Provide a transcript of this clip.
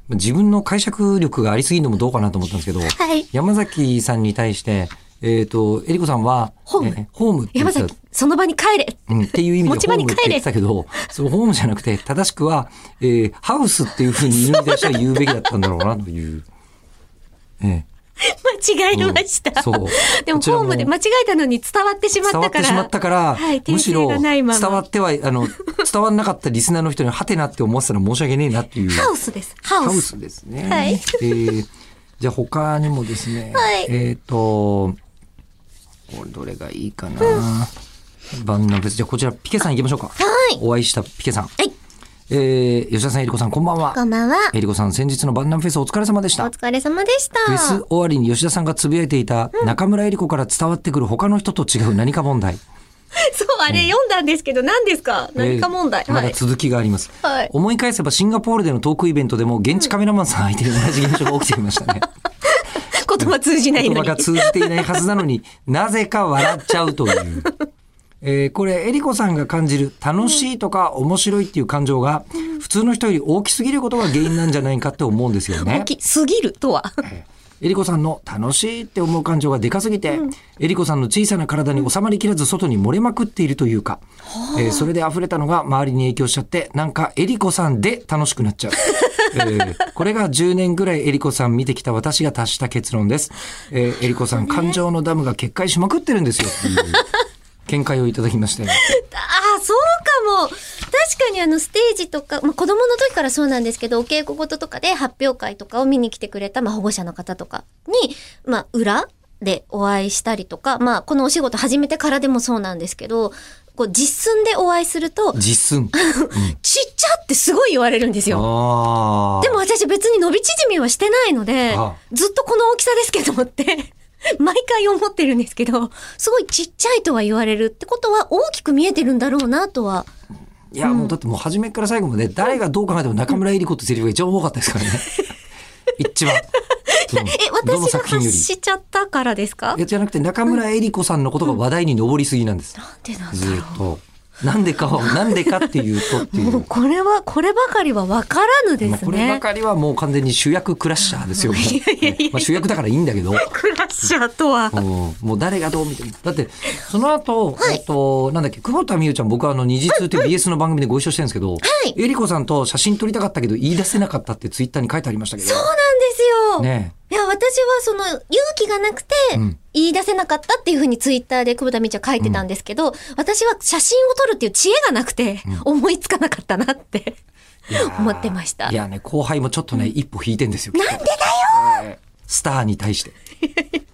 自分の解釈力がありすぎるのもどうかなと思ったんですけど、 はい。 山崎さんに対して、えりこさんは、 ホームホームって言ってた。 山崎、その場に帰れ。 っていう意味で持ち場に帰れホームって言ってたけど、そのホームじゃなくて、正しくは、ハウスっていうふうに言い出したら言うべきだったんだろうなという。 間違えました。 そう。 でもホームで間違えたのに伝わってしまったから。 伝わってしまったから、 はい、 むしろ伝訂正がないままわっては、伝わんなかったリスナーの人にハテナって思ってたら申し訳ねえなっていう。 ハウスです。ハウスですね。 はい。 じゃあ他にもですね、 はい。 これどれがいいかな。バンナムフェス。じゃあこちらピケさん行きましょうか。 はい。 お会いしたピケさん。 はい。 吉田さん、えりこさん、こんばんは。 こんばんは。 えりこさん、先日のバンナムフェスお疲れ様でした。 お疲れ様でした。 フェス終わりに吉田さんがつぶやいていた、中村えりこから伝わってくる他の人と違う何か問題。 そう、あれ読んだんですけど、何ですか？何か問題。 まだ続きがあります。 はい。 思い返せばシンガポールでのトークイベントでも現地カメラマンさん相手に同じ現象が起きていましたね。 言葉通じないのに。 言葉が通じていないはずなのになぜか笑っちゃうという。これえりこさんが感じる楽しいとか面白いっていう感情が普通の人より大きすぎることが原因なんじゃないかって思うんですよね。 大きすぎるとは。 えりこさんの楽しいって思う感情がでかすぎて、えりこさんの小さな体に収まりきらず外に漏れまくっているというか、それで溢れたのが周りに影響しちゃってなんかえりこさんで楽しくなっちゃう。これが10年ぐらいえりこさん見てきた私が達した結論です。えりこさん感情のダムが決壊しまくってるんですよっていう見解をいただきまして。 ああ、そうかも。確かにステージとか、子供の時からそうなんですけど、お稽古事とかで発表会とかを見に来てくれた、保護者の方とかに、裏でお会いしたりとか、このお仕事始めてからでもそうなんですけど、こう実寸でお会いすると、 実寸、 ちっちゃってすごい言われるんですよ。でも私別に伸び縮みはしてないので、ずっとこの大きさですけどって、毎回思ってるんですけど、すごいちっちゃいとは言われるってことは大きく見えてるんだろうなとは。 いや、もうだってもう初めから最後まで誰がどう考えても中村えり子ってセリフが一番多かったですからね。一番。 私が発しちゃったからですか？ じゃなくて中村えり子さんのことが話題に上りすぎなんです。 なんでなんだろう。 ずっと。なんでかっていうとっていう。 もうこればかりは分からぬですね。 こればかりはもう完全に主役クラッシャーですよ。主役だからいいんだけど。 クラッシャーとは。 もう誰がどう見ても。だって、その後、なんだっけ、久保田美優ちゃん、僕は二次通っていう BS の番組でご一緒してるんですけど、えりこさんと写真撮りたかったけど言い出せなかったってツイッターに書いてありましたけど。 そうなんですよ。 ね。 いや、私はその勇気がなくて言い出せなかったっていうふうにツイッターで久保田美ちゃん書いてたんですけど、私は写真を撮るっていう知恵がなくて思いつかなかったなって思ってました。 いやね、後輩もちょっとね、一歩引いてんですよ。 なんでだよ、 スターに対して。